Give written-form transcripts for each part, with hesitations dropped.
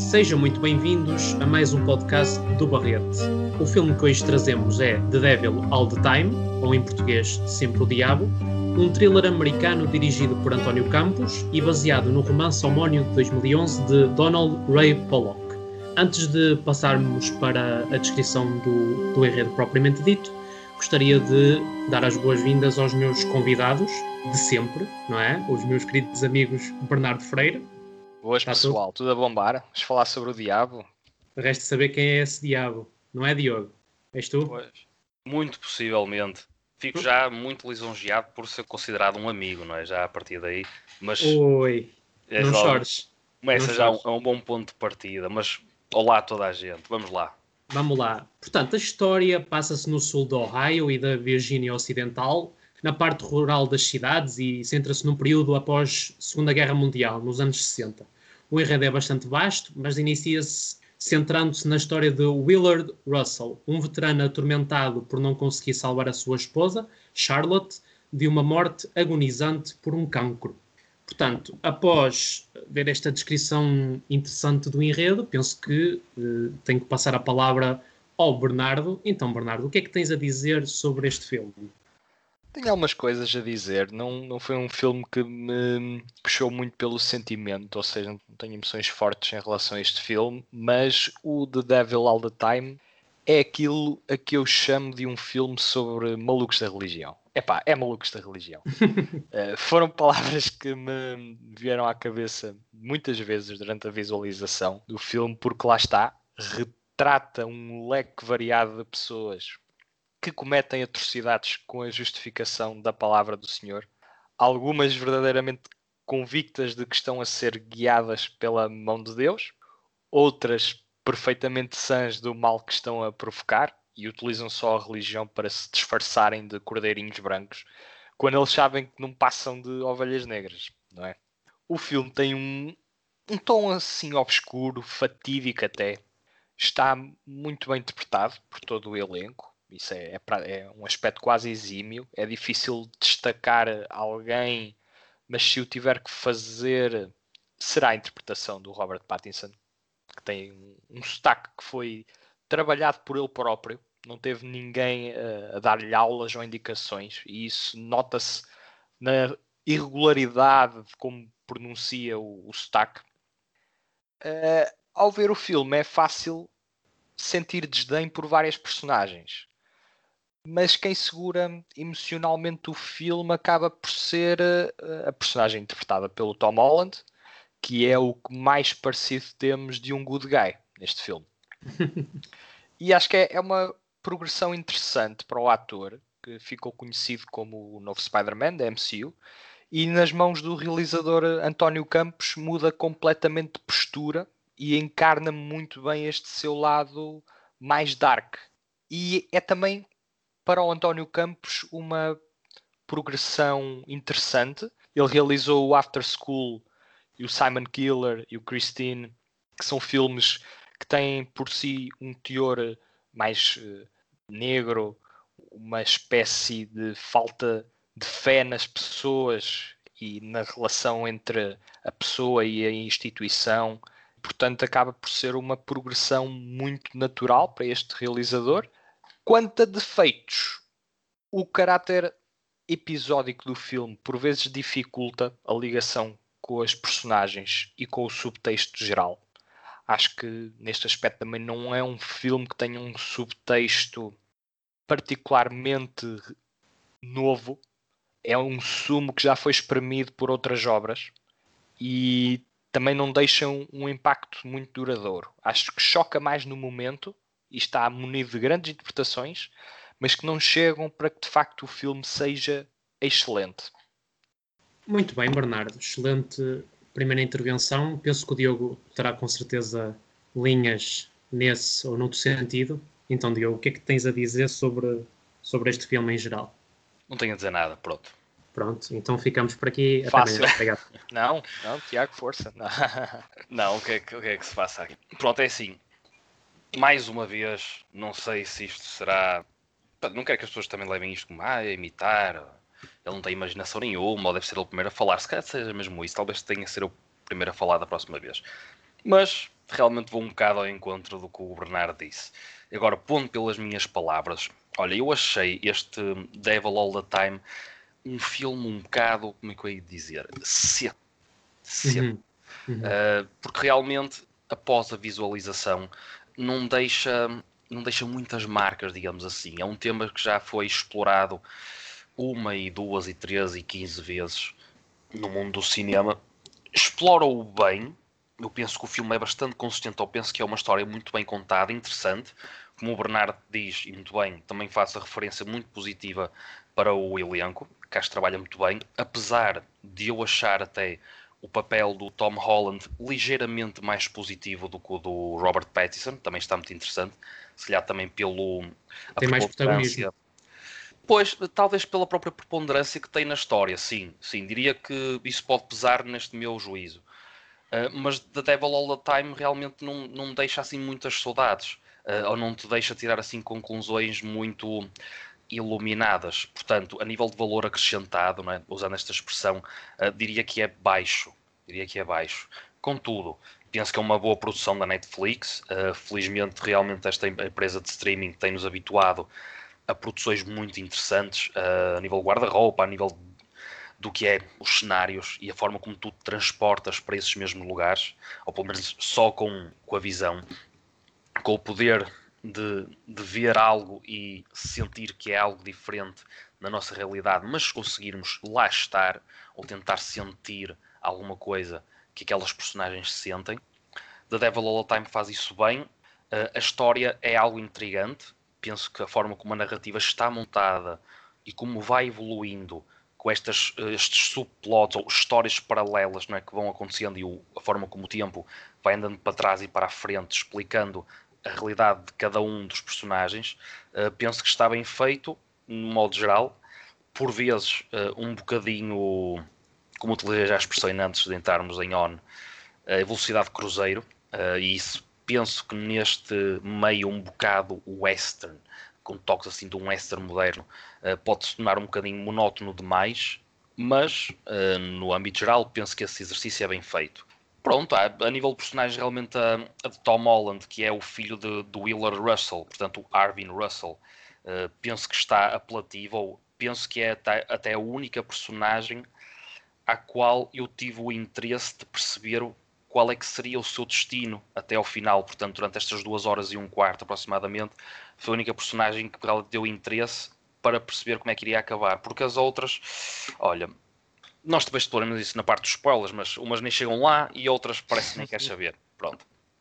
Sejam muito bem-vindos a mais um podcast do Barrete. O filme que hoje trazemos é The Devil All the Time, ou em português, Sempre o Diabo, um thriller americano dirigido por António Campos e baseado no romance homónimo de 2011 de Donald Ray Pollock. Antes de passarmos para a descrição do enredo propriamente dito, gostaria de dar as boas-vindas aos meus convidados de sempre, não é? Os meus queridos amigos Bernardo Freire. Boas, pessoal, tudo a bombar? Vamos falar sobre o diabo? Resta saber quem é esse diabo, não é, Diogo? És tu? Pois, muito possivelmente. Fico já muito lisonjeado por ser considerado um amigo, não é? Já a partir daí. Mas Oi, não chores. Começa já a um bom ponto de partida, mas olá a toda a gente, vamos lá. Vamos lá. Portanto, a história passa-se no sul do Ohio e da Virgínia Ocidental, na parte rural das cidades e centra-se num período após a Segunda Guerra Mundial, nos anos 60. O enredo é bastante vasto, mas inicia-se centrando-se na história de Willard Russell, um veterano atormentado por não conseguir salvar a sua esposa, Charlotte, de uma morte agonizante por um cancro. Portanto, após ver esta descrição interessante do enredo, penso que tenho que passar a palavra ao Bernardo. Então, Bernardo, o que é que tens a dizer sobre este filme? Tenho algumas coisas a dizer. Não foi um filme que me puxou muito pelo sentimento, ou seja, não tenho emoções fortes em relação a este filme, mas o The Devil All the Time é aquilo a que eu chamo de um filme sobre malucos da religião. Epá, é malucos da religião. Foram palavras que me vieram à cabeça muitas vezes durante a visualização do filme, porque lá está, retrata um leque variado de pessoas que cometem atrocidades com a justificação da palavra do Senhor, algumas verdadeiramente convictas de que estão a ser guiadas pela mão de Deus, outras perfeitamente sãs do mal que estão a provocar e utilizam só a religião para se disfarçarem de cordeirinhos brancos, quando eles sabem que não passam de ovelhas negras, não é? O filme tem um tom assim obscuro, fatídico até. Está muito bem interpretado por todo o elenco. Isso é um aspecto quase exímio. É difícil destacar alguém, mas se o tiver que fazer, será a interpretação do Robert Pattinson, que tem um sotaque que foi trabalhado por ele próprio. Não teve ninguém a dar-lhe aulas ou indicações. E isso nota-se na irregularidade de como pronuncia o sotaque. Ao ver o filme é fácil sentir desdém por várias personagens, mas quem segura emocionalmente o filme acaba por ser a personagem interpretada pelo Tom Holland, que é o que mais parecido temos de um good guy neste filme. E acho que é uma progressão interessante para o ator, que ficou conhecido como o novo Spider-Man da MCU, e nas mãos do realizador António Campos muda completamente de postura e encarna muito bem este seu lado mais dark. E é também para o António Campos uma progressão interessante. Ele realizou o After School e o Simon Killer e o Christine, que são filmes que têm por si um teor mais negro, uma espécie de falta de fé nas pessoas e na relação entre a pessoa e a instituição. Portanto, acaba por ser uma progressão muito natural para este realizador. Quanto a defeitos, o caráter episódico do filme por vezes dificulta a ligação com as personagens e com o subtexto geral. Acho que neste aspecto também não é um filme que tenha um subtexto particularmente novo. É um sumo que já foi espremido por outras obras e também não deixa um impacto muito duradouro. Acho que choca mais no momento e está munido de grandes interpretações, mas que não chegam para que de facto o filme seja excelente. Muito bem, Bernardo. Excelente primeira intervenção. Penso que o Diogo terá com certeza linhas nesse ou noutro sentido. Então, Diogo, o que é que tens a dizer sobre este filme em geral? Não tenho a dizer nada, pronto. Pronto, então ficamos por aqui. Fácil. Não, Tiago, força. Não, o que é que se passa aqui? Pronto, é assim. Mais uma vez, não sei se isto será... Não quero que as pessoas também levem isto como a imitar. Ele não tem imaginação nenhuma, ou deve ser ele o primeiro a falar. Se calhar seja mesmo isso, talvez tenha que ser o primeiro a falar da próxima vez. Mas realmente vou um bocado ao encontro do que o Bernardo disse. Agora, pondo pelas minhas palavras, olha, eu achei este Devil All the Time um filme um bocado, como é que eu ia dizer, seco. Porque realmente, após a visualização, não deixa, não deixa muitas marcas, digamos assim. É um tema que já foi explorado uma e duas e três e 15 vezes no mundo do cinema. Explora-o bem. Eu penso que o filme é bastante consistente. Eu penso que é uma história muito bem contada, interessante. Como o Bernardo diz, e muito bem, também faço a referência muito positiva para o elenco, que acho que trabalha muito bem. Apesar de eu achar até o papel do Tom Holland ligeiramente mais positivo do que o do Robert Pattinson, também está muito interessante. Se calhar também pelo a Tem mais protagonismo. preponderância. Pois, talvez pela própria preponderância que tem na história, sim. Sim, diria que isso pode pesar neste meu juízo. Mas The Devil All the Time realmente não deixa assim muitas saudades. Ou não te deixa tirar assim conclusões muito iluminadas. Portanto, a nível de valor acrescentado, não é? Usando esta expressão, diria que é baixo. Diria que é baixo. Contudo, penso que é uma boa produção da Netflix. Felizmente, realmente, esta empresa de streaming tem-nos habituado a produções muito interessantes, a nível guarda-roupa, a nível do que é os cenários e a forma como tu te transportas para esses mesmos lugares, ou pelo menos só com a visão, com o poder de ver algo e sentir que é algo diferente na nossa realidade, mas conseguirmos lá estar ou tentar sentir alguma coisa que aquelas personagens sentem. The Devil All the Time faz isso bem. A história é algo intrigante. Penso que a forma como a narrativa está montada e como vai evoluindo com estes subplots ou histórias paralelas, não é, que vão acontecendo, e a forma como o tempo vai andando para trás e para a frente, explicando a realidade de cada um dos personagens, penso que está bem feito, no modo geral. Por vezes, um bocadinho, como utilizei já a expressão antes de entrarmos em on, a velocidade de cruzeiro, e isso penso que neste meio um bocado western, com toques assim de um western moderno, pode se tornar um bocadinho monótono demais, mas no âmbito geral penso que esse exercício é bem feito. Pronto, a nível de personagens, realmente a de Tom Holland, que é o filho de Willard Russell, portanto o Arvin Russell, penso que está apelativo, ou penso que é até a única personagem à qual eu tive o interesse de perceber qual é que seria o seu destino até ao final. Portanto, durante estas 2 horas e um quarto aproximadamente, foi a única personagem que realmente deu interesse para perceber como é que iria acabar. Porque as outras, olha, nós depois exploramos isso na parte dos spoilers, mas umas nem chegam lá e outras parece que nem quer saber. Pronto.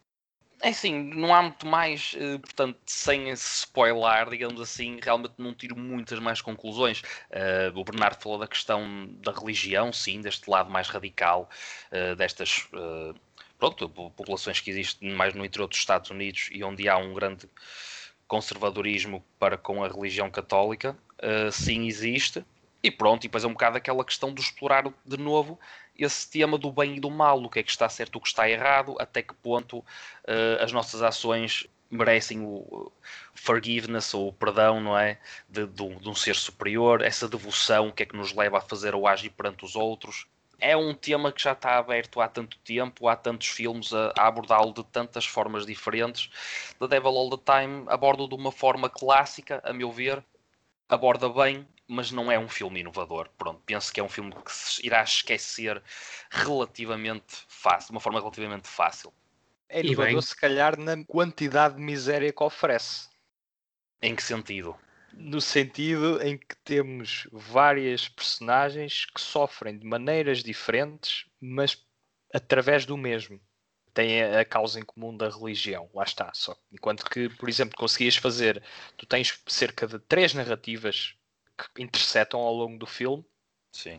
É assim, não há muito mais, portanto, sem spoiler, digamos assim, realmente não tiro muitas mais conclusões. O Bernardo falou da questão da religião, sim, deste lado mais radical, destas, pronto, populações que existem mais no interior dos Estados Unidos e onde há um grande conservadorismo para com a religião católica, sim, existe. E pronto, e depois é um bocado aquela questão de explorar de novo esse tema do bem e do mal, o que é que está certo, o que está errado, até que ponto as nossas ações merecem o forgiveness ou o perdão, não é? De um ser superior, essa devoção, o que é que nos leva a fazer ou agir perante os outros. É um tema que já está aberto há tanto tempo, há tantos filmes a abordá-lo de tantas formas diferentes. The Devil All the Time aborda de uma forma clássica, a meu ver, aborda bem, mas não é um filme inovador. Pronto, penso que é um filme que se irá esquecer relativamente fácil, de uma forma relativamente fácil. É E inovador, bem, se calhar, na quantidade de miséria que oferece. Em que sentido? No sentido em que temos várias personagens que sofrem de maneiras diferentes, mas através do mesmo. Tem a causa em comum da religião, lá está. Só. Enquanto que, por exemplo, conseguias fazer, tu tens cerca de 3 narrativas que intersetam ao longo do filme, Sim.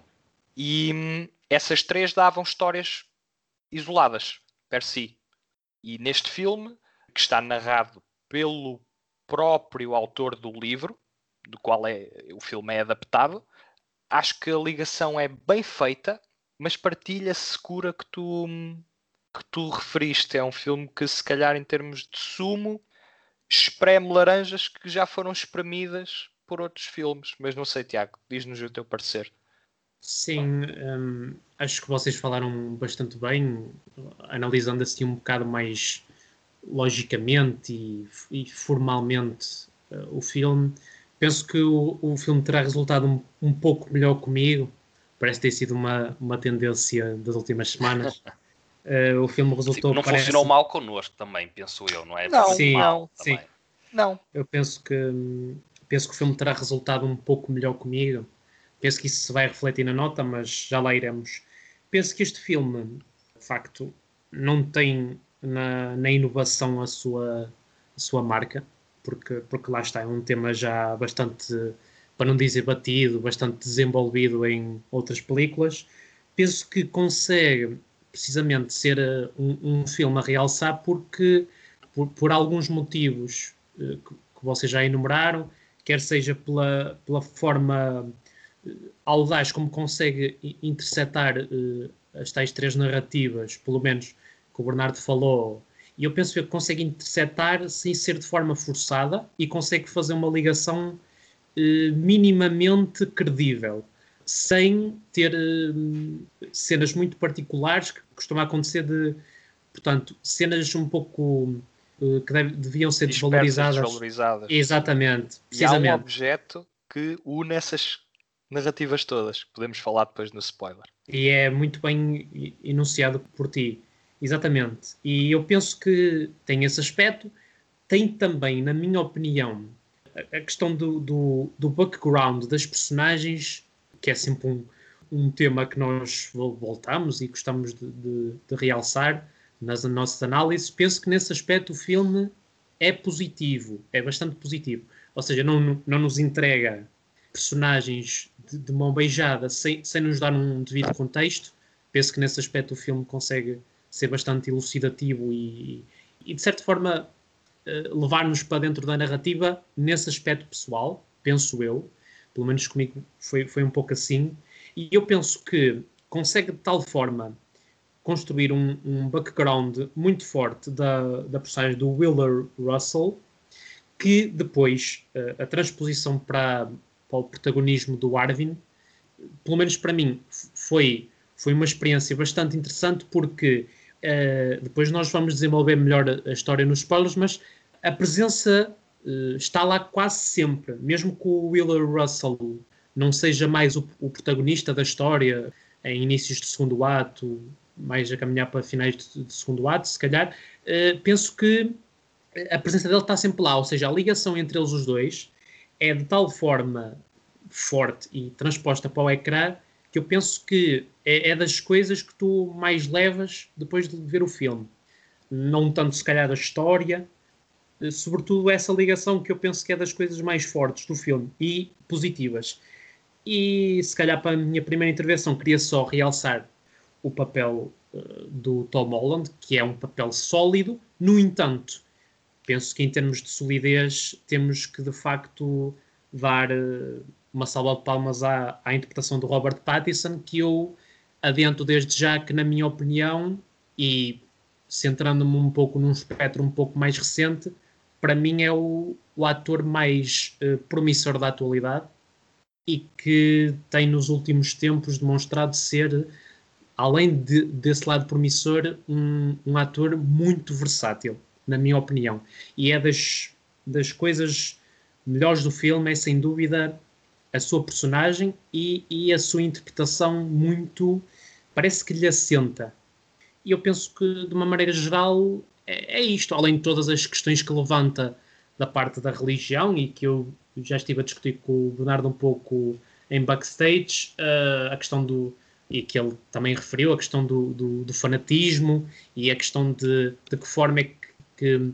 e essas 3 davam histórias isoladas, per si. E neste filme, que está narrado pelo próprio autor do livro, do qual o filme é adaptado, acho que a ligação é bem feita, mas partilha-se segura que tu referiste. É um filme que, se calhar, em termos de sumo, espreme laranjas que já foram espremidas por outros filmes. Mas não sei, Tiago, diz-nos o teu parecer. sim, acho que vocês falaram bastante bem, analisando assim um bocado mais logicamente e formalmente o filme. Penso que o filme terá resultado um pouco melhor comigo. Parece ter sido uma tendência das últimas semanas. O filme Sim, resultou, não parece... funcionou mal connosco também, penso eu, não é? Não, Sim, Mal sim. também. Não. Eu penso que o filme terá resultado um pouco melhor comigo. Penso que isso se vai refletir na nota, mas já lá iremos. Penso que este filme, de facto, não tem na inovação a sua marca, porque lá está, é um tema já bastante, para não dizer batido, bastante desenvolvido em outras películas. Penso que consegue precisamente ser um filme a realçar porque, por alguns motivos que vocês já enumeraram, quer seja pela forma audaz como consegue interceptar as tais três narrativas, pelo menos que o Bernardo falou, e eu penso que consegue interceptar sem ser de forma forçada e consegue fazer uma ligação minimamente credível, sem ter cenas muito particulares que costuma acontecer portanto, cenas um pouco que deviam ser Dispersas, desvalorizadas. desvalorizadas. Exatamente, E há um precisamente. objeto que une essas narrativas todas. Podemos falar depois no spoiler. E é muito bem enunciado por ti. Exatamente. E eu penso que tem esse aspecto. Tem também, na minha opinião, a questão do background das personagens, que é sempre um tema que nós voltamos e gostamos de realçar nas nossas análises. Penso que nesse aspecto o filme é positivo, é bastante positivo. Ou seja, não nos entrega personagens de mão beijada sem nos dar um devido contexto. Penso que nesse aspecto o filme consegue ser bastante elucidativo e de certa forma levar-nos para dentro da narrativa nesse aspecto pessoal, penso eu, pelo menos comigo foi um pouco assim, e eu penso que consegue de tal forma construir um background muito forte da personagem do Wheeler Russell, que depois a transposição para o protagonismo do Arvin, pelo menos para mim, foi uma experiência bastante interessante porque depois nós vamos desenvolver melhor a história nos spoilers, mas a presença está lá quase sempre, mesmo que o Wheeler Russell não seja mais o protagonista da história em inícios de segundo ato, mais a caminhar para finais de segundo ato, se calhar, penso que a presença dele está sempre lá, ou seja, a ligação entre eles os dois é de tal forma forte e transposta para o ecrã que eu penso que é das coisas que tu mais levas depois de ver o filme. Não tanto, se calhar, a história, sobretudo essa ligação que eu penso que é das coisas mais fortes do filme e positivas. E, se calhar, para a minha primeira intervenção, queria só realçar o papel do Tom Holland, que é um papel sólido. No entanto, penso que em termos de solidez temos que de facto dar uma salva de palmas à interpretação do Robert Pattinson, que eu adianto desde já que, na minha opinião, e centrando-me um pouco num espectro um pouco mais recente, para mim é o ator mais promissor da atualidade e que tem nos últimos tempos demonstrado ser, além desse lado promissor, um ator muito versátil, na minha opinião. E é das coisas melhores do filme, é sem dúvida a sua personagem e a sua interpretação muito... parece que lhe assenta. E eu penso que, de uma maneira geral, é isto. Além de todas as questões que levanta da parte da religião e que eu já estive a discutir com o Bernardo um pouco em backstage, a questão e que ele também referiu, a questão do fanatismo e a questão de que forma é que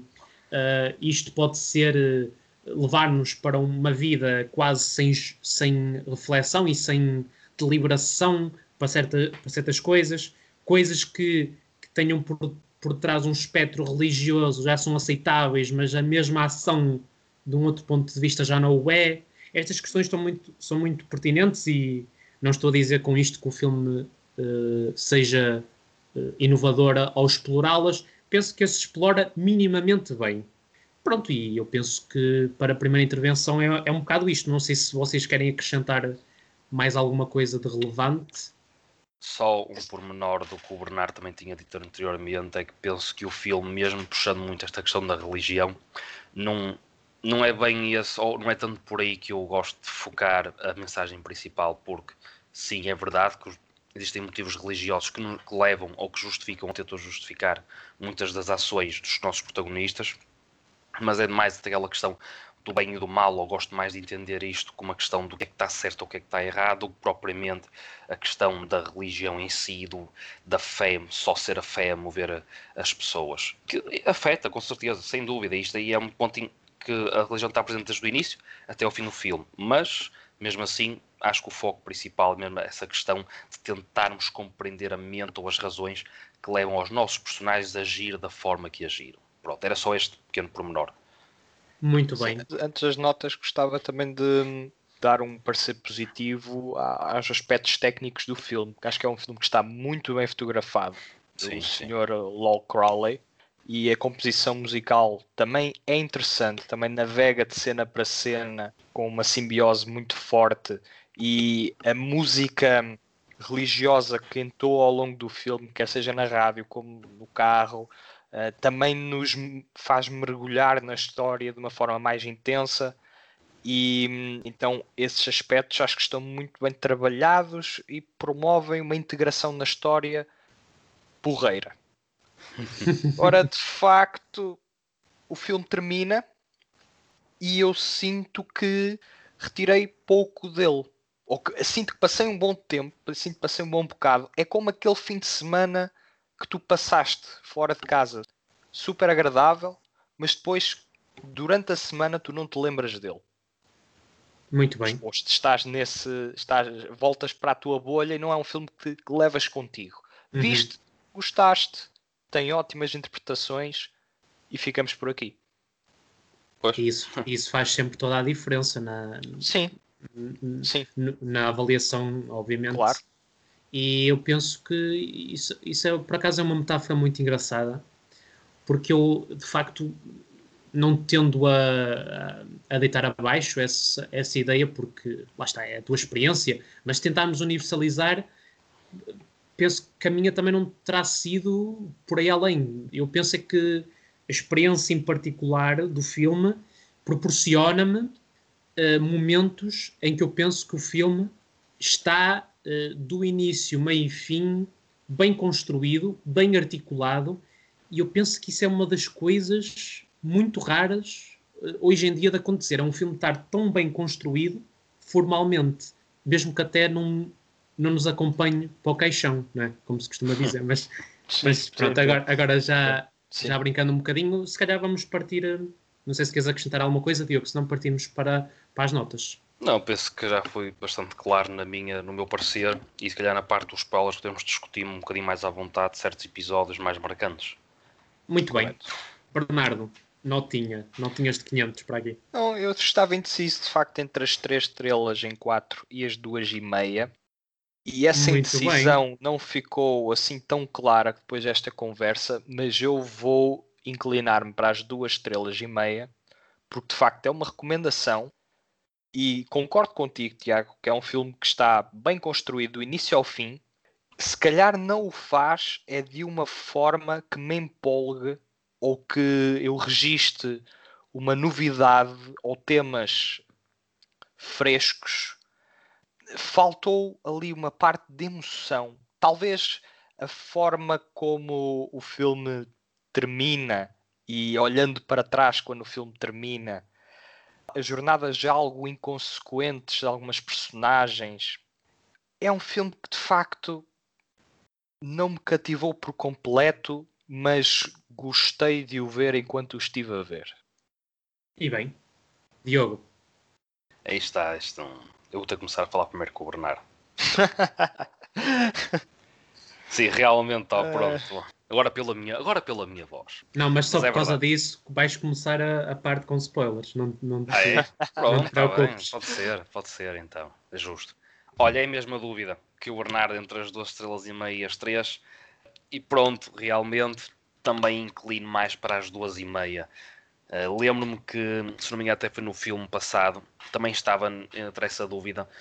isto pode ser levar-nos para uma vida quase sem reflexão e sem deliberação para certas coisas que tenham por trás um espectro religioso já são aceitáveis, mas a mesma ação de um outro ponto de vista já não o é. Estas questões são muito pertinentes e não estou a dizer com isto que o filme seja inovador ao explorá-las. Penso que se explora minimamente bem. Pronto, e eu penso que para a primeira intervenção é um bocado isto. Não sei se vocês querem acrescentar mais alguma coisa de relevante. Só um pormenor do que o Bernardo também tinha dito anteriormente é que penso que o filme, mesmo puxando muito esta questão da religião, não é bem esse, ou não é tanto por aí que eu gosto de focar a mensagem principal, porque sim, é verdade que existem motivos religiosos que levam ou que justificam ou tentam justificar muitas das ações dos nossos protagonistas, mas é mais aquela questão do bem e do mal, ou gosto mais de entender isto como uma questão do que é que está certo ou o que é que está errado, do que propriamente a questão da religião em si, da fé, só ser a fé a mover as pessoas. Que afeta, com certeza, sem dúvida. Isto aí é um ponto em que a religião está presente desde o início até ao fim do filme. Mas, mesmo assim, acho que o foco principal é mesmo essa questão de tentarmos compreender a mente ou as razões que levam aos nossos personagens a agir da forma que agiram. Pronto, era só este pequeno pormenor. Muito Sim, bem. antes das notas, gostava também de dar um parecer positivo aos aspectos técnicos do filme, porque acho que é um filme que está muito bem fotografado Sim, do sim. Sr. Lol Crowley, e a composição musical também é interessante, também navega de cena para cena com uma simbiose muito forte, e a música religiosa que entoa ao longo do filme, quer seja na rádio como no carro, também nos faz mergulhar na história de uma forma mais intensa. E então esses aspectos acho que estão muito bem trabalhados e promovem uma integração na história porreira. Ora, de facto, o filme termina e eu sinto que retirei pouco dele. Ou que, sinto que passei um bom tempo, sinto que passei um bom bocado. É como aquele fim de semana que tu passaste fora de casa. Super agradável, mas depois, durante a semana, tu não te lembras dele. Muito bem. Estás voltas para a tua bolha e não é um filme que levas contigo. Viste, gostaste, tem ótimas interpretações e ficamos por aqui. Pois. E isso faz sempre toda a diferença Sim, sim, na avaliação, obviamente. claro. E eu penso que isso é, por acaso, é uma metáfora muito engraçada, porque eu, de facto, não tendo a deitar abaixo essa ideia, porque, lá está, é a tua experiência, mas tentarmos universalizar, penso que a minha também não terá sido por aí além. Eu penso é que a experiência em particular do filme proporciona-me momentos em que eu penso que o filme está do início, meio e fim bem construído, bem articulado, e eu penso que isso é uma das coisas muito raras hoje em dia de acontecer. É um filme estar tão bem construído formalmente, mesmo que até não nos acompanhe para o caixão, não é? Como se costuma dizer, mas pronto, agora já brincando um bocadinho, se calhar vamos partir. Não sei se queres acrescentar alguma coisa, Diogo, senão partimos para as notas. Não, penso que já fui bastante claro no meu parecer, e se calhar na parte dos spoilers podemos discutir um bocadinho mais à vontade certos episódios mais marcantes. Muito Correto. bem. Bernardo, notinhas de 500 para aqui. Não, eu estava indeciso de facto entre as 3 estrelas em 4 e as 2,5. E essa Muito indecisão não ficou assim tão clara depois desta conversa, mas eu vou inclinar-me para as 2,5 estrelas, porque de facto é uma recomendação e concordo contigo, Tiago, que é um filme que está bem construído do início ao fim. Se calhar não o faz é de uma forma que me empolgue ou que eu registre uma novidade ou temas frescos. Faltou ali uma parte de emoção. Talvez a forma como o filme termina e olhando para trás quando o filme termina, as jornadas já algo inconsequentes de algumas personagens. É um filme que de facto não me cativou por completo, mas gostei de o ver enquanto o estive a ver. E bem, Diogo. Aí está, eu vou ter que começar a falar primeiro com o Bernardo. Sim, realmente, pronto. Agora pela minha voz. Não, mas só Mas é por causa verdade. disso vais começar a parte com spoilers. Não É? não Pronto, te está bem. preocupes. Pode ser então. É justo. Olha, é a mesma dúvida que o Bernardo entre as 2,5 estrelas e as 3. E pronto, realmente também inclino mais para as 2,5. Lembro-me que, se não me engano, até foi no filme passado, também estava entre essa dúvida.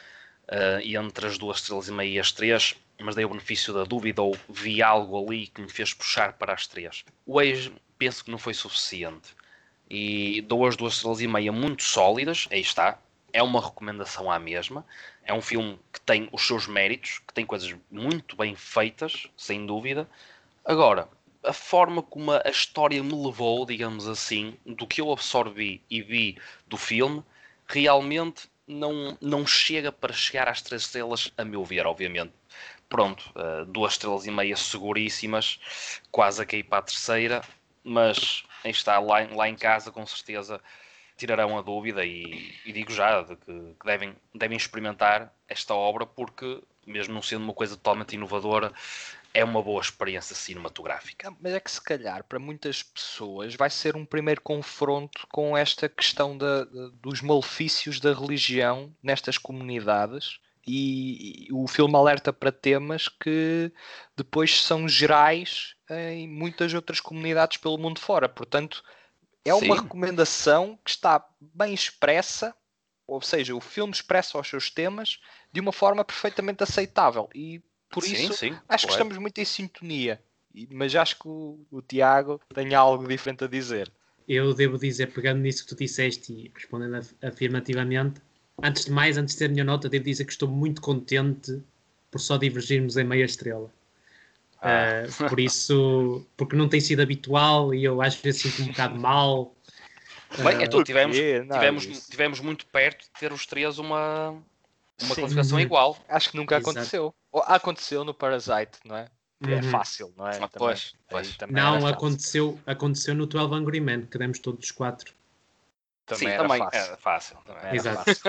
e entre as 2,5 e as 3, mas dei o benefício da dúvida ou vi algo ali que me fez puxar para as 3. O ex penso que não foi suficiente e dou as 2,5 muito sólidas, aí está. É uma recomendação à mesma. É um filme que tem os seus méritos, que tem coisas muito bem feitas, sem dúvida. Agora, a forma como a história me levou, digamos assim, do que eu absorvi e vi do filme, realmente não chega para chegar às 3 estrelas, a meu ver, obviamente. Pronto, 2,5 estrelas seguríssimas, quase a cair para a terceira, mas aí está, lá em casa, com certeza tirarão a dúvida e digo já de que devem experimentar esta obra porque, mesmo não sendo uma coisa totalmente inovadora, é uma boa experiência cinematográfica. Mas é que se calhar para muitas pessoas vai ser um primeiro confronto com esta questão dos malefícios da religião nestas comunidades e o filme alerta para temas que depois são gerais em muitas outras comunidades pelo mundo fora. Portanto, é uma Sim. recomendação que está bem expressa, ou seja, o filme expressa os seus temas de uma forma perfeitamente aceitável e por isso Sim, acho que correto. estamos muito em sintonia. Mas acho que o Tiago tem algo diferente a dizer. Eu devo dizer, pegando nisso que tu disseste e respondendo afirmativamente, antes de mais, antes de ter a minha nota, devo dizer que estou muito contente por só divergirmos em meia estrela. Por isso, porque não tem sido habitual e eu às vezes sinto um bocado mal. Bem, então Nada disso. tivemos muito perto de ter os três uma Sim. classificação Uhum. igual. Acho que nunca Exato. aconteceu. Ou aconteceu no Parasite, não é? É Uhum. fácil, não é? Ah, Também, pois. aí também era Não, fácil. aconteceu no 12 Angry Men, que demos todos os 4. Também Sim, era também fácil. é fácil. Também Era Exato. fácil.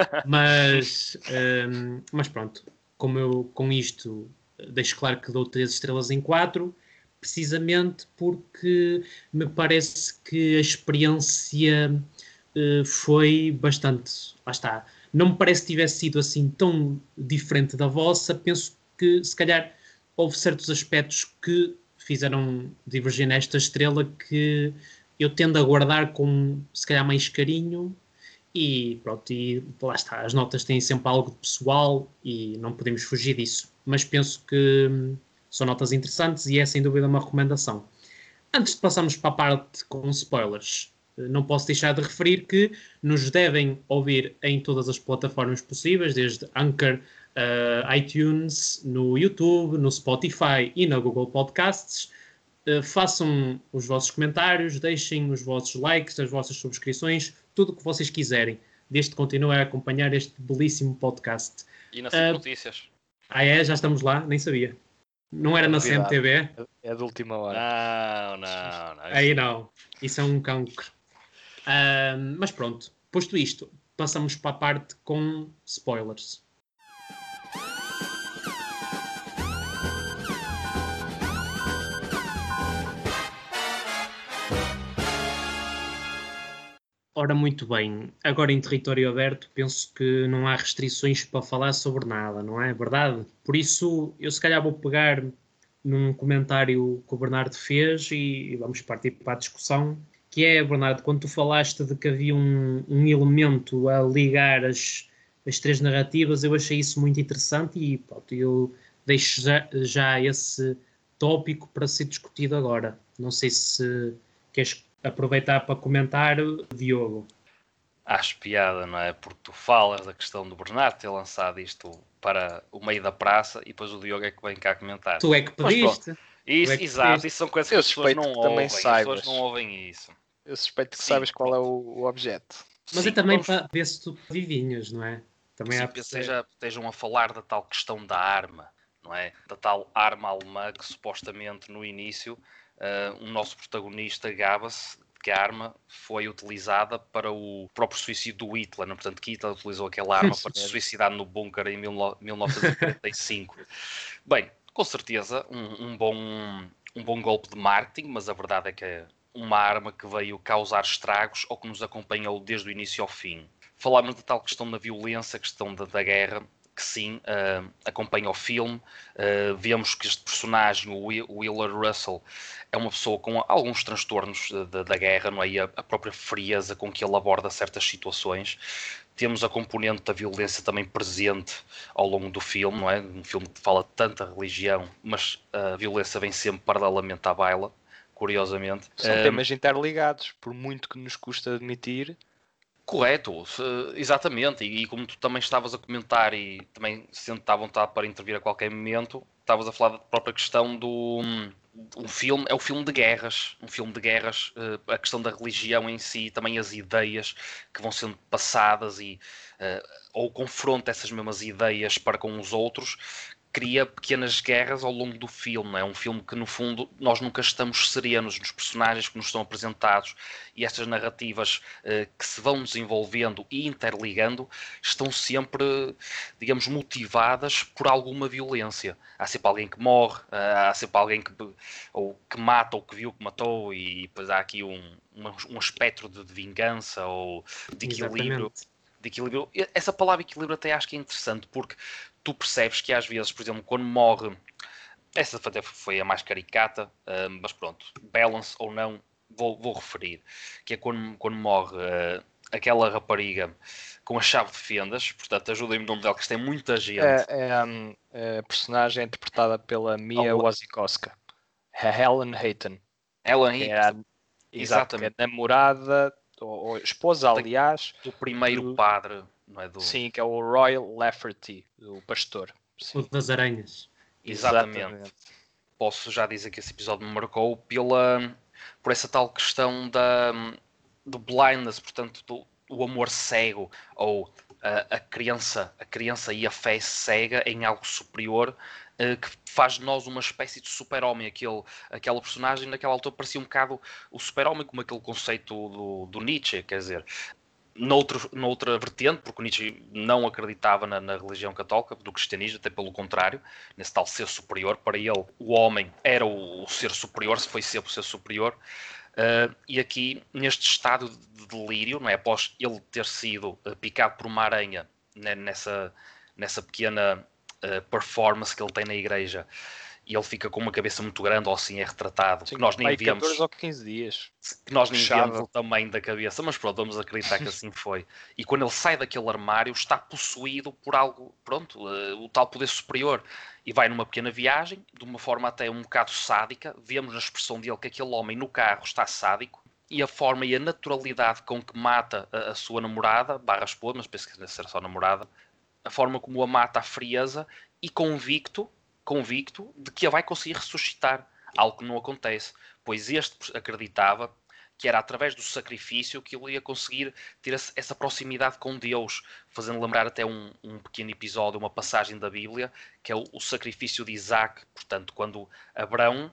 Mas pronto, como eu com isto deixo claro que dou 3 estrelas em 4, precisamente porque me parece que a experiência foi bastante. Lá está. Não me parece que tivesse sido assim tão diferente da vossa. Penso que se calhar houve certos aspectos que fizeram divergir nesta estrela que eu tendo a guardar com se calhar mais carinho e pronto, e lá está, as notas têm sempre algo de pessoal e não podemos fugir disso, mas penso que são notas interessantes e é sem dúvida uma recomendação. Antes de passarmos para a parte com spoilers, não posso deixar de referir que nos devem ouvir em todas as plataformas possíveis, desde Anchor, iTunes, no YouTube, no Spotify e na Google Podcasts. Façam os vossos comentários, deixem os vossos likes, as vossas subscrições, tudo o que vocês quiserem, desde que continuem a acompanhar este belíssimo podcast. E na SIC Notícias. Já estamos lá, nem sabia. Não era na Novidade. CMTV? É de última hora. Não. Aí não, isso é um cancro. Mas pronto, posto isto, passamos para a parte com spoilers. Ora, muito bem. Agora em território aberto, penso que não há restrições para falar sobre nada, não é verdade? Por isso, eu se calhar vou pegar num comentário que o Bernardo fez e vamos partir para a discussão, que é, Bernardo, quando tu falaste de que havia um elemento a ligar as três narrativas, eu achei isso muito interessante e pronto, eu deixo já esse tópico para ser discutido agora. Não sei se queres aproveitar para comentar, Diogo. Acho piada, não é? Porque tu falas da questão do Bernardo ter lançado isto para o meio da praça e depois o Diogo é que vem cá comentar. Tu é que pediste. Isso, exato, isso são coisas que as pessoas não ouvem. As pessoas não ouvem isso. Eu suspeito que sabes qual é o objeto. Mas Sim, é também para ver se tu vivinhas, não é? Também sim, há estejam a falar da tal questão da arma, não é? Da tal arma alemã que supostamente no início o nosso protagonista gaba-se que a arma foi utilizada para o próprio suicídio do Hitler, não? Portanto, que Hitler utilizou aquela arma para se suicidar no bunker em 1945. Bem, com certeza um bom golpe de marketing, mas a verdade é que é uma arma que veio causar estragos ou que nos acompanhou desde o início ao fim. Falámos da tal questão da violência, a questão da guerra, que sim, acompanha o filme. Vemos que este personagem, o Wheeler Russell, é uma pessoa com alguns transtornos da guerra, não é? E a própria frieza com que ele aborda certas situações. Temos a componente da violência também presente ao longo do filme, não é? Um filme que fala de tanta religião, mas a violência vem sempre paralelamente à baila, curiosamente. São temas interligados, por muito que nos custa admitir. Correto, exatamente, e como tu também estavas a comentar e também sente-te à vontade para intervir a qualquer momento, estavas a falar da própria questão do um filme, é um filme de guerras, a questão da religião em si, também as ideias que vão sendo passadas e ou confronta essas mesmas ideias para com os outros, cria pequenas guerras ao longo do filme. É um filme que, no fundo, nós nunca estamos serenos nos personagens que nos estão apresentados, e estas narrativas que se vão desenvolvendo e interligando estão sempre, digamos, motivadas por alguma violência. Há sempre alguém que morre, há sempre alguém que mata ou que viu que matou, e depois há aqui um espectro de vingança ou de equilíbrio. Essa palavra equilíbrio até acho que é interessante, porque tu percebes que às vezes, por exemplo, quando morre, essa até foi a mais caricata, mas pronto, balance ou não, vou referir, que é quando morre aquela rapariga com a chave de fendas, portanto, ajudem-me no nome dela, que isto tem muita gente. A personagem interpretada pela Mia Wasikowska, a Helen Hayton. Helen Hayton, exatamente. Que é namorada, ou esposa, aliás, do primeiro padre, não é? Sim, que é o Roy Lafferty, o pastor. Sim. O das aranhas. Exatamente. Posso já dizer que esse episódio me marcou por essa tal questão do blindness, portanto, do amor cego, ou a criança e a fé cega em algo superior, que faz de nós uma espécie de super-homem. Aquela personagem naquela altura parecia um bocado o super-homem, como aquele conceito do Nietzsche, quer dizer, noutra vertente, porque o Nietzsche não acreditava na religião católica, do cristianismo, até pelo contrário, nesse tal ser superior. Para ele, o homem era o ser superior, se foi sempre o ser superior. E aqui, neste estado de delírio, não é? Após ele ter sido picado por uma aranha, né, nessa pequena performance que ele tem na igreja, e ele fica com uma cabeça muito grande, ou assim é retratado, sim, que nós nem vemos. 14 ou 15 dias. Que nós nem vemos o tamanho da cabeça, mas pronto, vamos acreditar que assim foi. E quando ele sai daquele armário, está possuído por algo, pronto, o tal poder superior. E vai numa pequena viagem, de uma forma até um bocado sádica. Vemos na expressão dele que aquele homem no carro está sádico. E a forma e a naturalidade com que mata a sua namorada, barra esposa, mas penso que deve ser só namorada, a forma como a mata, a frieza, e convicto de que a vai conseguir ressuscitar, algo que não acontece, pois este acreditava que era através do sacrifício que ele ia conseguir ter essa proximidade com Deus, fazendo lembrar até um pequeno episódio, uma passagem da Bíblia, que é o sacrifício de Isaac. Portanto, quando Abraão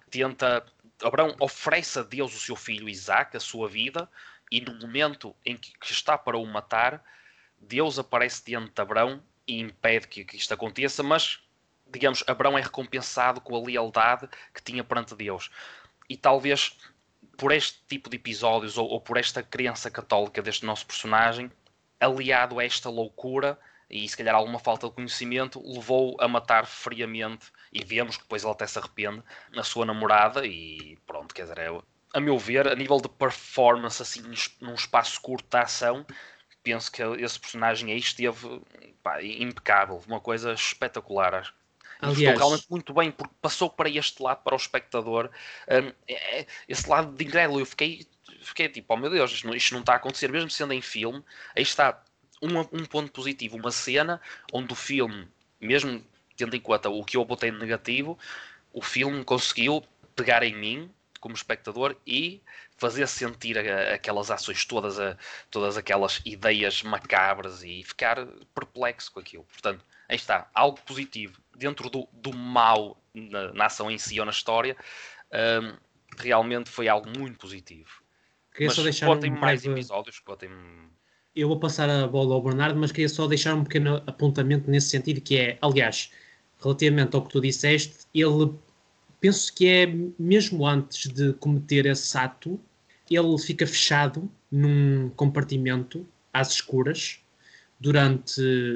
oferece a Deus o seu filho Isaac, a sua vida, e no momento em que está para o matar, Deus aparece diante de Abraão e impede que isto aconteça, mas, digamos, Abraão é recompensado com a lealdade que tinha perante Deus. E talvez por este tipo de episódios, ou por esta crença católica deste nosso personagem, aliado a esta loucura e se calhar alguma falta de conhecimento, levou a matar friamente, e vemos que depois ele até se arrepende, na sua namorada. E pronto, quer dizer, a meu ver, a nível de performance, assim, num espaço curto de ação, penso que esse personagem aí esteve impecável, uma coisa espetacular. Acho. Aliás, estou realmente muito bem, porque passou para este lado, para o espectador, esse lado de incrédulo. Eu fiquei tipo, oh meu Deus, isto não está a acontecer, mesmo sendo em filme. Aí está um ponto positivo, uma cena onde o filme, mesmo tendo em conta o que eu botei de negativo, o filme conseguiu pegar em mim como espectador e fazer sentir aquelas ações todas aquelas ideias macabras, e ficar perplexo com aquilo. Portanto, aí está, algo positivo dentro do mal na ação em si ou na história. Realmente foi algo muito positivo. Queria só deixar contem mais episódios, Eu vou passar a bola ao Bernardo, mas queria só deixar um pequeno apontamento nesse sentido, que é, aliás, relativamente ao que tu disseste, ele, penso que é mesmo antes de cometer esse ato, ele fica fechado num compartimento às escuras durante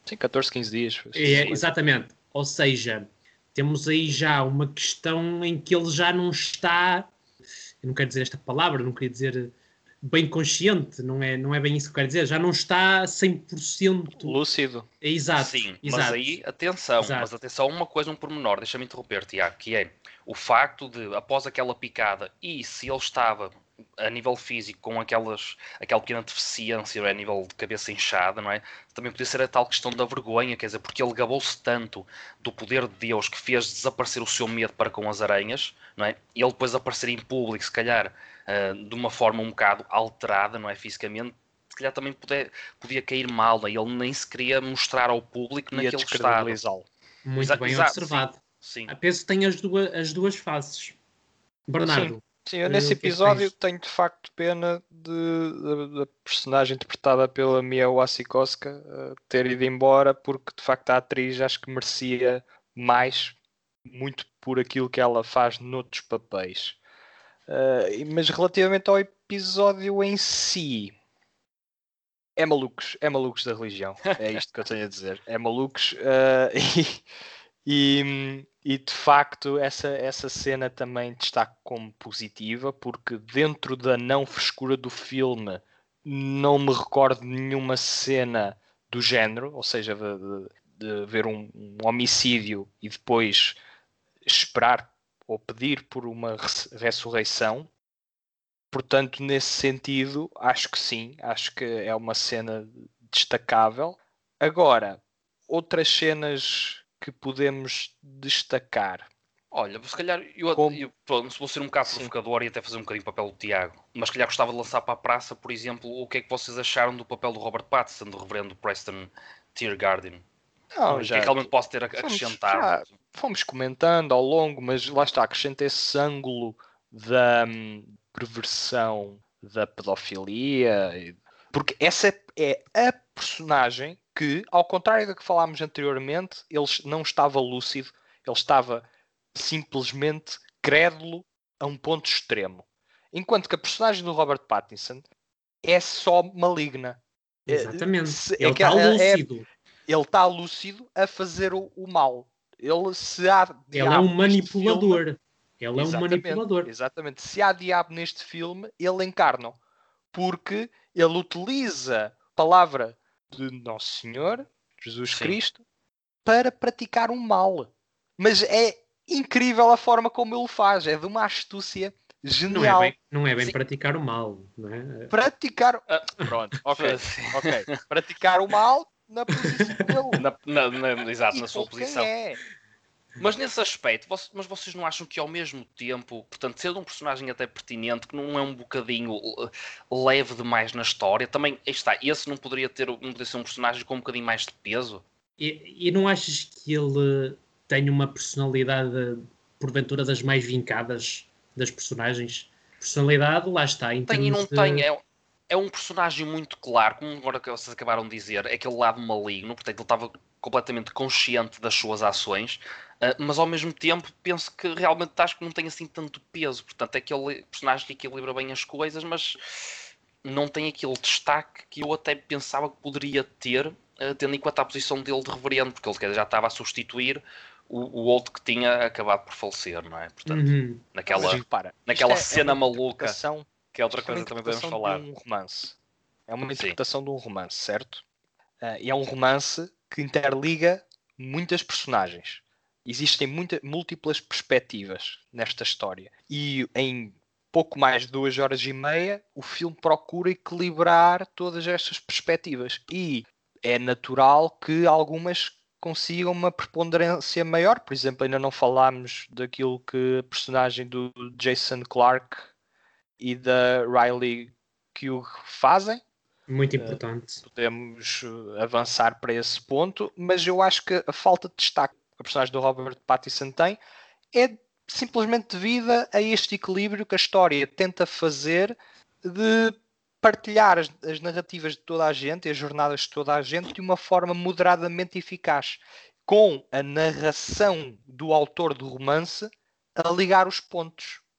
Sim, 14, 15 dias. Exatamente. Ou seja, temos aí já uma questão em que ele já não está, eu não quero dizer esta palavra, não queria dizer bem consciente, não é bem isso que eu quero dizer, já não está 100% lúcido. Exato. Sim, mas exato. aí, atenção, Exato. mas atenção, uma coisa, um pormenor, deixa-me interromper, Tiago, que é o facto de, após aquela picada, e se ele estava a nível físico com aquela pequena deficiência, não é, a nível de cabeça inchada, não é? Também podia ser a tal questão da vergonha, quer dizer, porque ele gabou-se tanto do poder de Deus que fez desaparecer o seu medo para com as aranhas, não é? E ele depois aparecer em público, se calhar, de uma forma um bocado alterada, não é, fisicamente, se calhar também podia cair mal, né? Ele nem se queria mostrar ao público Ia naquele estado. descredibilizá-lo. Muito bem observado. Sim. Penso que tem as duas faces. Bernardo. Sim, eu nesse episódio tenho de facto pena da personagem interpretada pela Mia Wasikowska ter ido embora, porque de facto a atriz acho que merecia mais, muito por aquilo que ela faz noutros papéis. Mas relativamente ao episódio em si, é malucos da religião. É isto que eu tenho a dizer. É malucos. E de facto essa cena também destaco como positiva, porque dentro da não frescura do filme não me recordo de nenhuma cena do género, ou seja, de ver um homicídio e depois esperar ou pedir por uma ressurreição. Portanto, nesse sentido, acho que sim, acho que é uma cena destacável. Agora, outras cenas que podemos destacar. Olha, se calhar eu pronto, vou ser um bocado provocador e até fazer um bocadinho o papel do Tiago, mas se calhar gostava de lançar para a praça, por exemplo, o que é que vocês acharam do papel do Robert Pattinson, do reverendo Preston Tiergarten? Não, o que é que realmente posso ter acrescentado? Já fomos comentando ao longo, mas lá está, acrescenta esse ângulo da perversão da pedofilia, porque essa é a personagem que, ao contrário do que falámos anteriormente, ele não estava lúcido, ele estava simplesmente crédulo a um ponto extremo. Enquanto que a personagem do Robert Pattinson é só maligna. Exatamente. Ele está lúcido. Ele está lúcido a fazer o mal. Ele, se há diabo ele é um manipulador. Filme, ele é um manipulador. Exatamente. Se há diabo neste filme, ele encarna. Porque ele utiliza a palavra de Nosso Senhor, Jesus Cristo, para praticar um mal. Mas é incrível a forma como ele faz. É de uma astúcia genial. Não é bem praticar o mal. Não é? Praticar... Pronto, ok. Praticar o mal na posição dele. Exato, na sua posição. Mas nesse aspecto, mas vocês não acham que ao mesmo tempo, portanto, sendo um personagem até pertinente, que não é um bocadinho leve demais na história, também, aí está, esse não poderia ser um personagem com um bocadinho mais de peso? E não achas que ele tem uma personalidade, porventura, das mais vincadas das personagens? Personalidade, lá está. Tem e não tem, é um personagem muito claro, como agora que vocês acabaram de dizer, é aquele lado maligno, portanto ele estava completamente consciente das suas ações, mas ao mesmo tempo penso que realmente acho que não tem assim tanto peso, portanto é aquele personagem que equilibra bem as coisas, mas não tem aquele destaque que eu até pensava que poderia ter, tendo em conta a posição dele de reverendo, porque ele já estava a substituir o outro que tinha acabado por falecer, não é? Portanto, naquela cena maluca, que é outra coisa que também podemos falar. Um romance. É uma interpretação de um romance, certo? E é um romance que interliga muitas personagens. Existem múltiplas perspectivas nesta história. E em pouco mais de 2h30, o filme procura equilibrar todas estas perspectivas. E é natural que algumas consigam uma preponderância maior. Por exemplo, ainda não falámos daquilo que a personagem do Jason Clarke e da Riley Keough fazem. Muito importante. Podemos avançar para esse ponto, mas eu acho que a falta de destaque que a personagem do Robert Pattinson tem é simplesmente devida a este equilíbrio que a história tenta fazer de partilhar as narrativas de toda a gente e as jornadas de toda a gente de uma forma moderadamente eficaz, com a narração do autor do romance a ligar os pontos.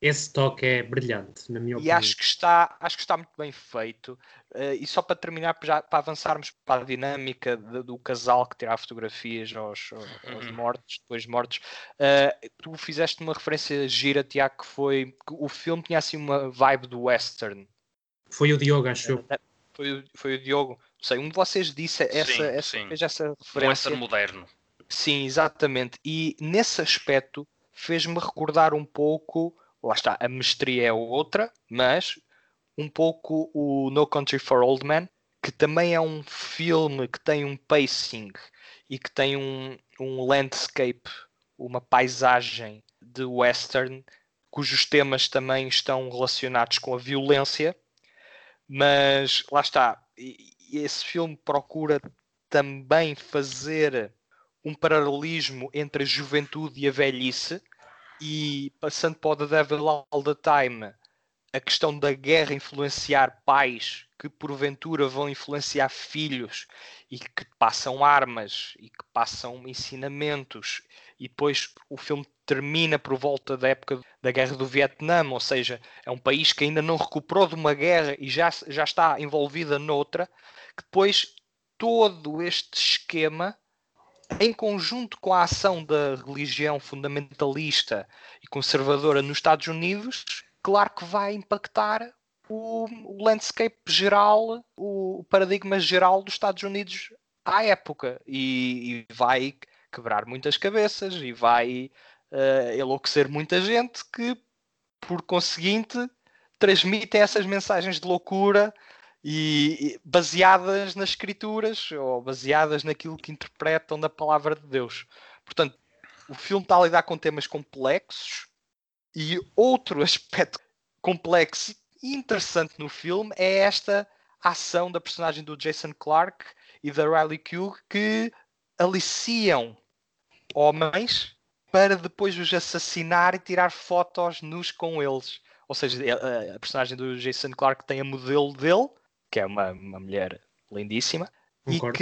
esse toque é brilhante, na minha E opinião. acho que está muito bem feito. E só para terminar, para avançarmos para a dinâmica do casal que tira fotografias aos mortos, depois de mortos, tu fizeste uma referência gira, Tiago, que foi que o filme tinha assim uma vibe do western. Foi o Diogo, acho eu. Foi o Diogo. Não sei, um de vocês disse fez essa referência. Um western moderno. Sim, exatamente. E nesse aspecto fez-me recordar um pouco, lá está, a mestria é outra, mas um pouco o No Country for Old Men, que também é um filme que tem um pacing e que tem um landscape, uma paisagem de western, cujos temas também estão relacionados com a violência, mas lá está, esse filme procura também fazer um paralelismo entre a juventude e a velhice, e passando para o The Devil All the Time, a questão da guerra influenciar pais que porventura vão influenciar filhos e que passam armas e que passam ensinamentos, e depois o filme termina por volta da época da guerra do Vietnã, ou seja, é um país que ainda não recuperou de uma guerra e já está envolvida noutra, que depois todo este esquema, em conjunto com a ação da religião fundamentalista e conservadora nos Estados Unidos, claro que vai impactar o landscape geral, o paradigma geral dos Estados Unidos à época, e vai quebrar muitas cabeças e vai enlouquecer muita gente que, por conseguinte, transmitem essas mensagens de loucura e baseadas nas escrituras ou baseadas naquilo que interpretam da palavra de Deus. Portanto, o filme está a lidar com temas complexos, e outro aspecto complexo e interessante no filme é esta ação da personagem do Jason Clarke e da Riley Keough, que aliciam homens para depois os assassinar e tirar fotos nus com eles. Ou seja, a personagem do Jason Clarke tem a modelo dele, que é uma mulher lindíssima, Concordo.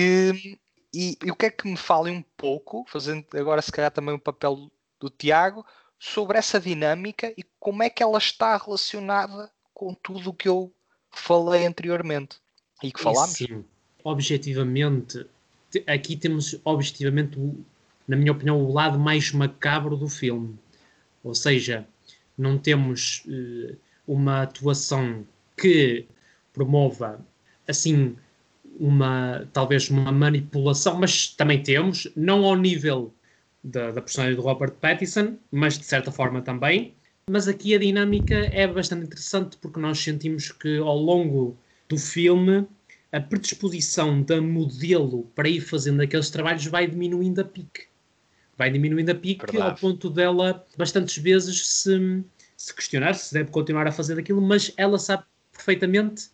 e o que é que me fala um pouco, fazendo agora se calhar também o papel do Tiago, sobre essa dinâmica e como é que ela está relacionada com tudo o que eu falei anteriormente e que falámos. Sim, objetivamente, aqui temos objetivamente, na minha opinião, o lado mais macabro do filme. Ou seja, não temos uma atuação que promova, assim, talvez uma manipulação, mas também temos, não ao nível da personagem do Robert Pattinson, mas de certa forma também. Mas aqui a dinâmica é bastante interessante, porque nós sentimos que ao longo do filme a predisposição da modelo para ir fazendo aqueles trabalhos vai diminuindo a pique. Vai diminuindo a pique Verdade. ao ponto dela bastantes vezes se questionar se deve continuar a fazer aquilo, mas ela sabe perfeitamente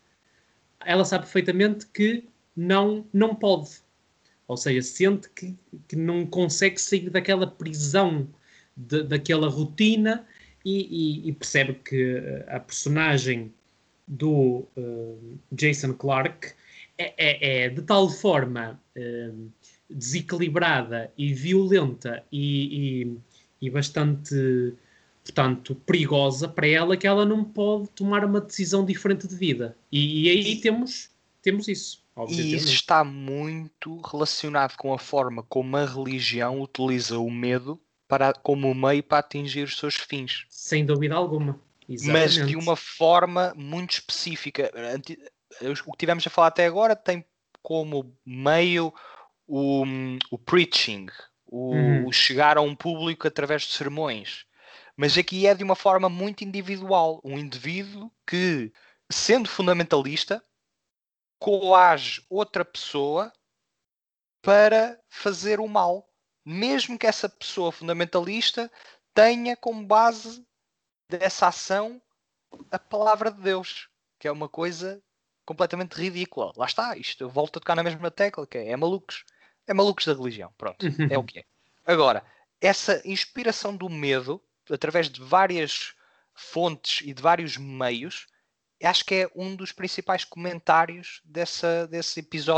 que não pode. Ou seja, sente que não consegue sair daquela prisão, daquela rotina, e percebe que a personagem do Jason Clarke é de tal forma desequilibrada e violenta e bastante, portanto, perigosa para ela, que ela não pode tomar uma decisão diferente de vida. E aí temos isso. E isso está muito relacionado com a forma como a religião utiliza o medo como meio para atingir os seus fins. Sem dúvida alguma. Exatamente. Mas de uma forma muito específica. O que tivemos a falar até agora tem como meio o preaching, o chegar a um público através de sermões. Mas aqui é de uma forma muito individual. Um indivíduo que, sendo fundamentalista, coage outra pessoa para fazer o mal, mesmo que essa pessoa fundamentalista tenha como base dessa ação a palavra de Deus, que é uma coisa completamente ridícula. Lá está, isto eu volto a tocar na mesma tecla, que é malucos da religião, pronto, é o que é. Agora, essa inspiração do medo, através de várias fontes e de vários meios, acho que é um dos principais comentários desses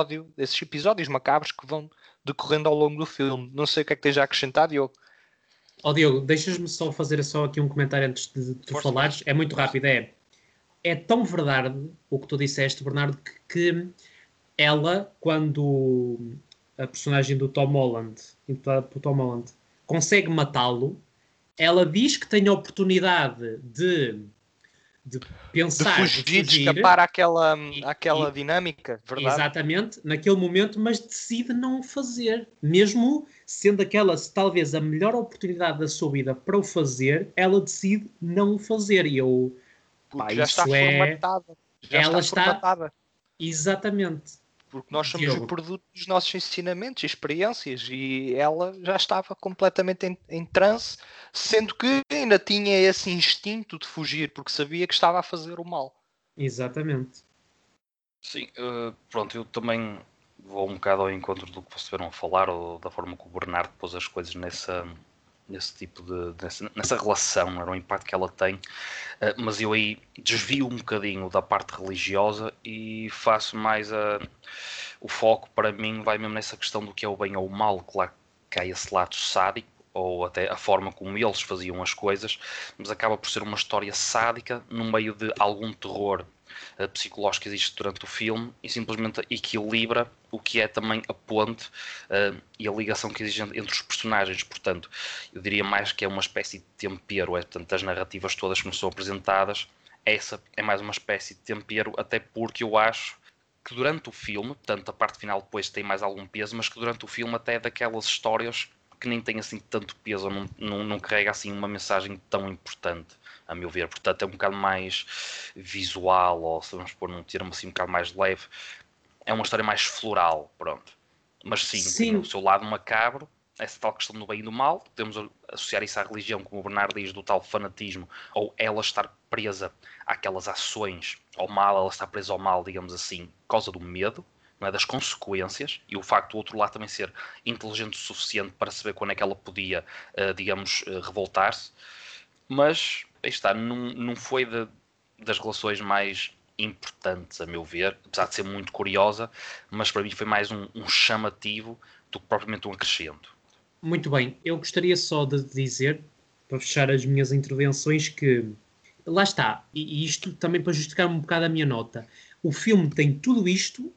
episódios macabros que vão decorrendo ao longo do filme. Não sei o que é que tens a acrescentar, Diogo. Ó Diogo, deixas-me só fazer só aqui um comentário antes de tu Força, falares. É muito rápido, é tão verdade o que tu disseste, Bernardo, que ela, quando a personagem do Tom Holland, interpretada por Tom Holland, consegue matá-lo, ela diz que tem a oportunidade de De pensar, de fugir, de fugir, escapar àquela, e, àquela e- dinâmica, verdade? exatamente naquele momento, mas decide não o fazer. Mesmo sendo aquela talvez a melhor oportunidade da sua vida para o fazer, ela decide não o fazer. E eu, pá, Porque já está isso é. formatada. Já Ela está está formatada. exatamente. Porque nós somos o Diogo, produto dos nossos ensinamentos e experiências. E ela já estava completamente em transe, sendo que ainda tinha esse instinto de fugir, porque sabia que estava a fazer o mal. exatamente. Sim, pronto, eu também vou um bocado ao encontro do que vocês estiveram a falar, ou da forma que o Bernardo pôs as coisas nesse tipo nessa relação, não era? O impacto que ela tem. Mas eu aí desvio um bocadinho da parte religiosa e faço mais o foco, para mim, vai mesmo nessa questão do que é o bem ou o mal. Claro que há esse lado sádico, ou até a forma como eles faziam as coisas, mas acaba por ser uma história sádica no meio de algum terror psicológico que existe durante o filme, e simplesmente equilibra o que é também a ponte e a ligação que existe entre os personagens. Portanto, eu diria mais que é uma espécie de tempero, portanto, as narrativas todas que nos são apresentadas, essa é mais uma espécie de tempero, até porque eu acho que durante o filme, tanto a parte final depois tem mais algum peso, mas que durante o filme até é daquelas histórias que nem tem assim tanto peso, não carrega assim uma mensagem tão importante, a meu ver. Portanto, é um bocado mais visual, ou se vamos pôr num termo assim um bocado mais leve, é uma história mais floral, pronto. Mas sim, tem o Sim, seu lado macabro, essa tal questão do bem e do mal, podemos associar isso à religião, como o Bernardo diz, do tal fanatismo, ou ela estar presa àquelas ações, ao mal, ela estar presa ao mal, digamos assim, por causa do medo, não é, das consequências, e o facto do outro lado também ser inteligente o suficiente para saber quando é que ela podia, digamos, revoltar-se. Mas, aí está, não foi das relações mais importantes, a meu ver, apesar de ser muito curiosa, mas para mim foi mais um chamativo do que propriamente um acrescento. muito bem. Eu gostaria só de dizer, para fechar as minhas intervenções, que lá está, e isto também para justificar um bocado a minha nota. O filme tem tudo isto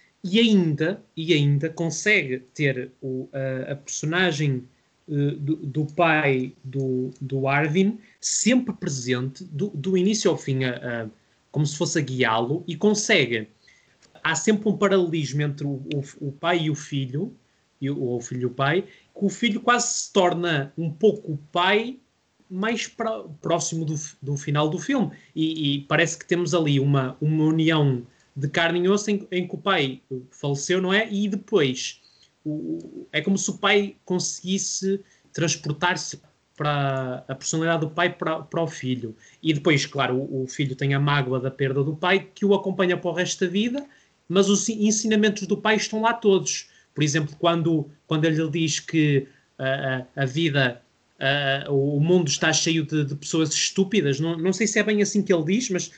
e ainda consegue ter a personagem do pai do Arvin sempre presente, do início ao fim, como se fosse a guiá-lo, e consegue. Há sempre um paralelismo entre o pai e o filho, ou o filho e o pai, que o filho quase se torna um pouco o pai mais próximo do final do filme. E parece que temos ali uma união de carne e osso em que o pai faleceu, não é? E depois é como se o pai conseguisse transportar-se para a personalidade do pai para o filho. E depois, claro, o filho tem a mágoa da perda do pai que o acompanha para o resto da vida, mas os ensinamentos do pai estão lá todos. Por exemplo, quando ele lhe diz que a vida, o mundo está cheio de pessoas estúpidas, não sei se é bem assim que ele diz, mas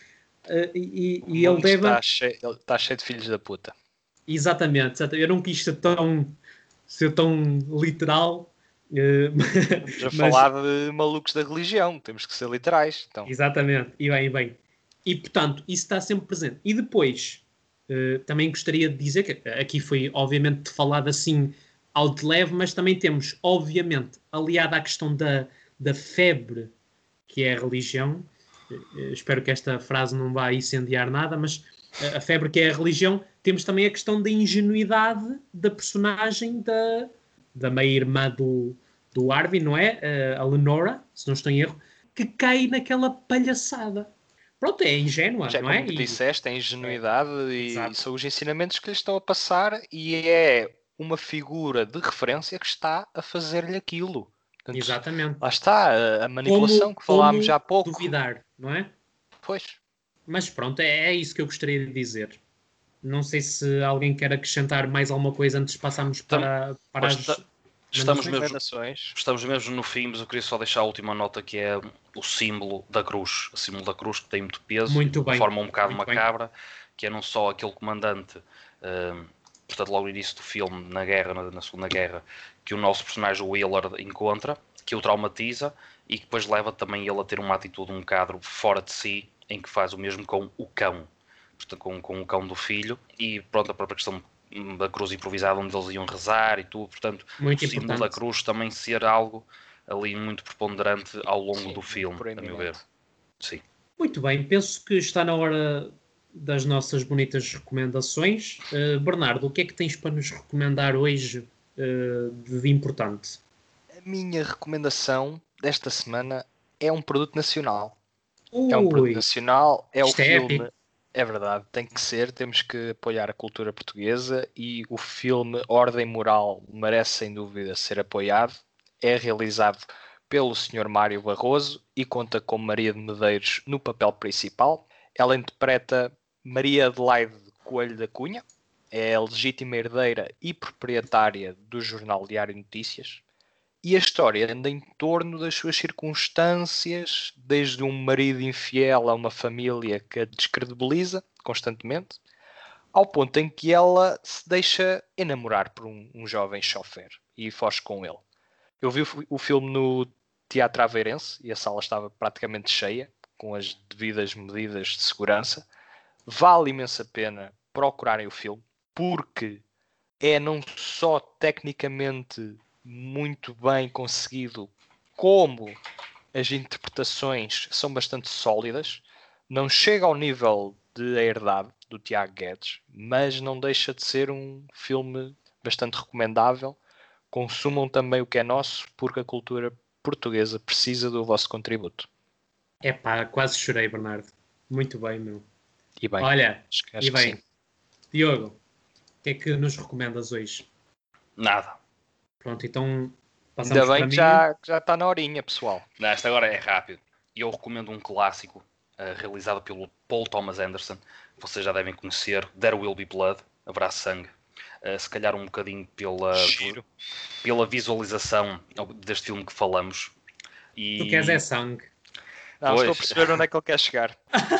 O e ele mundo deve. está cheio de filhos da puta. Exatamente, eu não quis ser tão literal, Estamos a mas falar de malucos da religião, temos que ser literais. Então, exatamente, e bem, bem. E portanto, isso está sempre presente. E depois, também gostaria de dizer que aqui foi obviamente falado assim ao de leve, mas também temos, obviamente, aliado à questão da febre que é a religião. Espero que esta frase não vá incendiar nada, mas a febre que é a religião, temos também a questão da ingenuidade da personagem da meia-irmã do Arvin, não é? A Lenora, se não estou em erro, que cai naquela palhaçada. Pronto, é ingênua, mas é não é? como disseste, é ingenuidade e Exato, são os ensinamentos que lhe estão a passar e é uma figura de referência que está a fazer-lhe aquilo. Portanto, exatamente. lá está a manipulação Como, que falámos já como há pouco. duvidar, não é? Pois, Mas pronto, é isso que eu gostaria de dizer. Não sei se alguém quer acrescentar mais alguma coisa antes de passarmos para Pois as estamos recomendações. mesmo, recomendações. estamos mesmo no fim, mas eu queria só deixar a última nota, que é o símbolo da cruz. O símbolo da cruz, que tem muito peso, Muito de bem, forma um bocado muito bem. macabra, que é não só aquele comandante uh, portanto logo no início do filme, na guerra, na Segunda Guerra, que o nosso personagem, o Willard, encontra, que o traumatiza e que depois leva também ele a ter uma atitude um bocado fora de si, em que faz o mesmo com o cão, portanto, com o cão do filho, e pronto, a própria questão da cruz improvisada onde eles iam rezar e tudo, portanto, Muito o símbolo da importante. cruz também ser algo ali muito preponderante ao longo Sim, do filme, a meu ver. proeminente. Sim. Muito bem, penso que está na hora das nossas bonitas recomendações. Bernardo, o que é que tens para nos recomendar hoje de importante? A minha recomendação desta semana é um produto nacional. É um produto Ui, nacional, é o isto é filme. épico. É verdade, tem que ser, temos que apoiar a cultura portuguesa e o filme Ordem Moral merece sem dúvida ser apoiado. É realizado pelo Sr. Mário Barroso e conta com Maria de Medeiros no papel principal. Ela interpreta Maria Adelaide Coelho da Cunha, é a legítima herdeira e proprietária do jornal Diário Notícias. E a história anda em torno das suas circunstâncias, desde um marido infiel a uma família que a descredibiliza constantemente, ao ponto em que ela se deixa enamorar por um jovem chofer e foge com ele. Eu vi o filme no Teatro Aveirense e a sala estava praticamente cheia, com as devidas medidas de segurança. Vale imensa pena procurarem o filme, porque é não só tecnicamente muito bem conseguido, como as interpretações são bastante sólidas. Não chega ao nível de A Herdade, do Tiago Guedes, mas não deixa de ser um filme bastante recomendável. Consumam também o que é nosso, porque a cultura portuguesa precisa do vosso contributo. Epá, quase chorei, Bernardo. Muito bem, meu. E bem, Olha, acho e que sim. bem, Diogo, o que é que nos recomendas hoje? Nada. Pronto, então Ainda passamos para bem que mim. já está na horinha, pessoal. Não, esta agora é rápido. E eu recomendo um clássico realizado pelo Paul Thomas Anderson. Vocês já devem conhecer. There Will Be Blood. Haverá sangue. Se calhar um bocadinho pela visualização deste filme que falamos. E, Tu queres é sangue. Não, pois, estou a perceber onde é que ele quer chegar.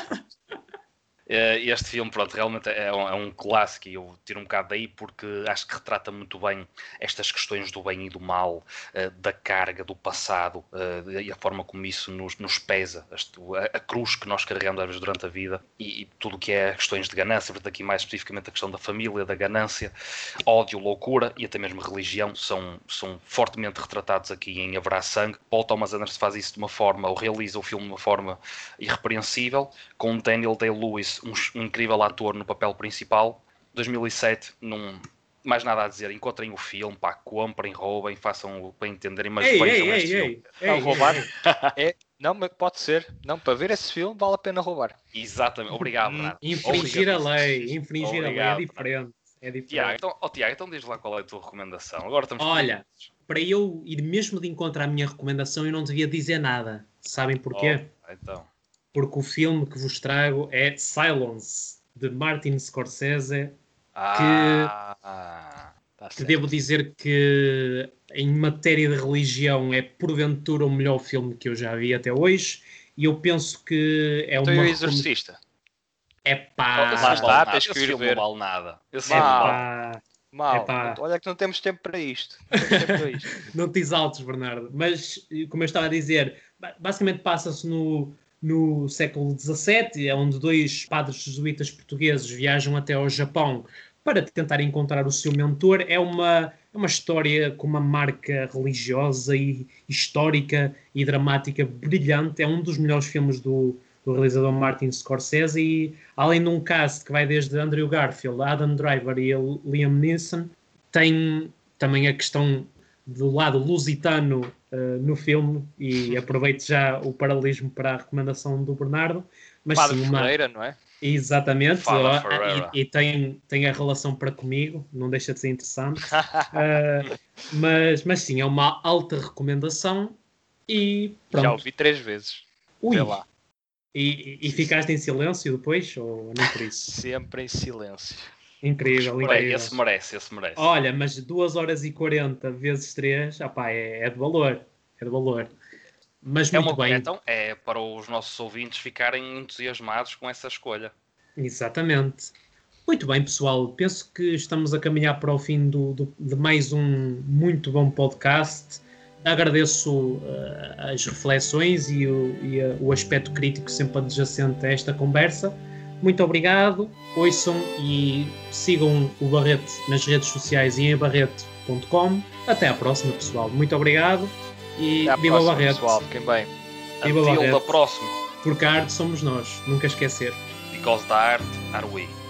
este filme, pronto, realmente é um clássico e eu tiro um bocado daí porque acho que retrata muito bem estas questões do bem e do mal, da carga, do passado, e a forma como isso nos pesa, a cruz que nós carregamos às vezes durante a vida e tudo o que é questões de ganância, portanto aqui mais especificamente a questão da família, da ganância, ódio, loucura e até mesmo religião são fortemente retratados aqui em Haverá Sangue. Paul Thomas Anderson faz isso de uma forma, ou realiza o filme de uma forma irrepreensível, com Daniel Day-Lewis, um incrível ator no papel principal. 2007, mais nada a dizer, encontrem o filme, pá, comprem, roubem, façam para entenderem, mas vejam este filme. Não, roubar? Não, mas pode ser. Não, para ver esse filme vale a pena roubar. Exatamente, obrigado, Bernardo. Infringir a lei, infringir a lei é Obrigado, diferente. É Tiago, diferente. Tiago, então diz lá qual é a tua recomendação. Agora estamos Olha, para eu ir mesmo de encontro à minha recomendação, eu não devia dizer nada. Sabem porquê? Então. Porque o filme que vos trago é Silence, de Martin Scorsese, que devo dizer que em matéria de religião é porventura o melhor filme que eu já vi até hoje, e eu penso que é então uma... o Exorcista. É pá... Lá está, tens que Esse ir filme ver. não vale nada. Esse É filme não vale. pá... Mal. Epá. Olha que não temos tempo para isto. Não temos tempo para isto. Não te exaltes, Bernardo. Mas, como eu estava a dizer, basicamente passa-se no século XVII, é onde dois padres jesuítas portugueses viajam até ao Japão para tentar encontrar o seu mentor. É uma história com uma marca religiosa e histórica e dramática brilhante. É um dos melhores filmes do realizador Martin Scorsese e, além de um cast que vai desde Andrew Garfield, Adam Driver e Liam Neeson, tem também a questão do lado lusitano no filme, e aproveito já o paralelismo para a recomendação do Bernardo. Mas Padre sim, Ferreira, não é? Exatamente, Father Ferreira. e tem a relação para comigo, não deixa de ser interessante. Mas sim, é uma alta recomendação e pronto. Já ouvi 3 vezes. Ui, Vê lá. E ficaste em silêncio depois, ou nem por isso? Sempre em silêncio. Incrível, incrível. Esse merece. Olha, mas 2 horas e 40 vezes 3, opá, é de valor. É de valor. Mas muito bem. Então, é para os nossos ouvintes ficarem entusiasmados com essa escolha. Exatamente. Muito bem, pessoal. Penso que estamos a caminhar para o fim de mais um muito bom podcast. Agradeço as reflexões e o aspecto crítico sempre adjacente a esta conversa. Muito obrigado. Ouçam e sigam o Barrete nas redes sociais e em barrete.com. Até à próxima, pessoal. Muito obrigado e viva o Barrete. Pessoal, fiquem bem. Viva o Barrete. Da próxima. Porque a arte somos nós. Nunca esquecer. Because the art are we.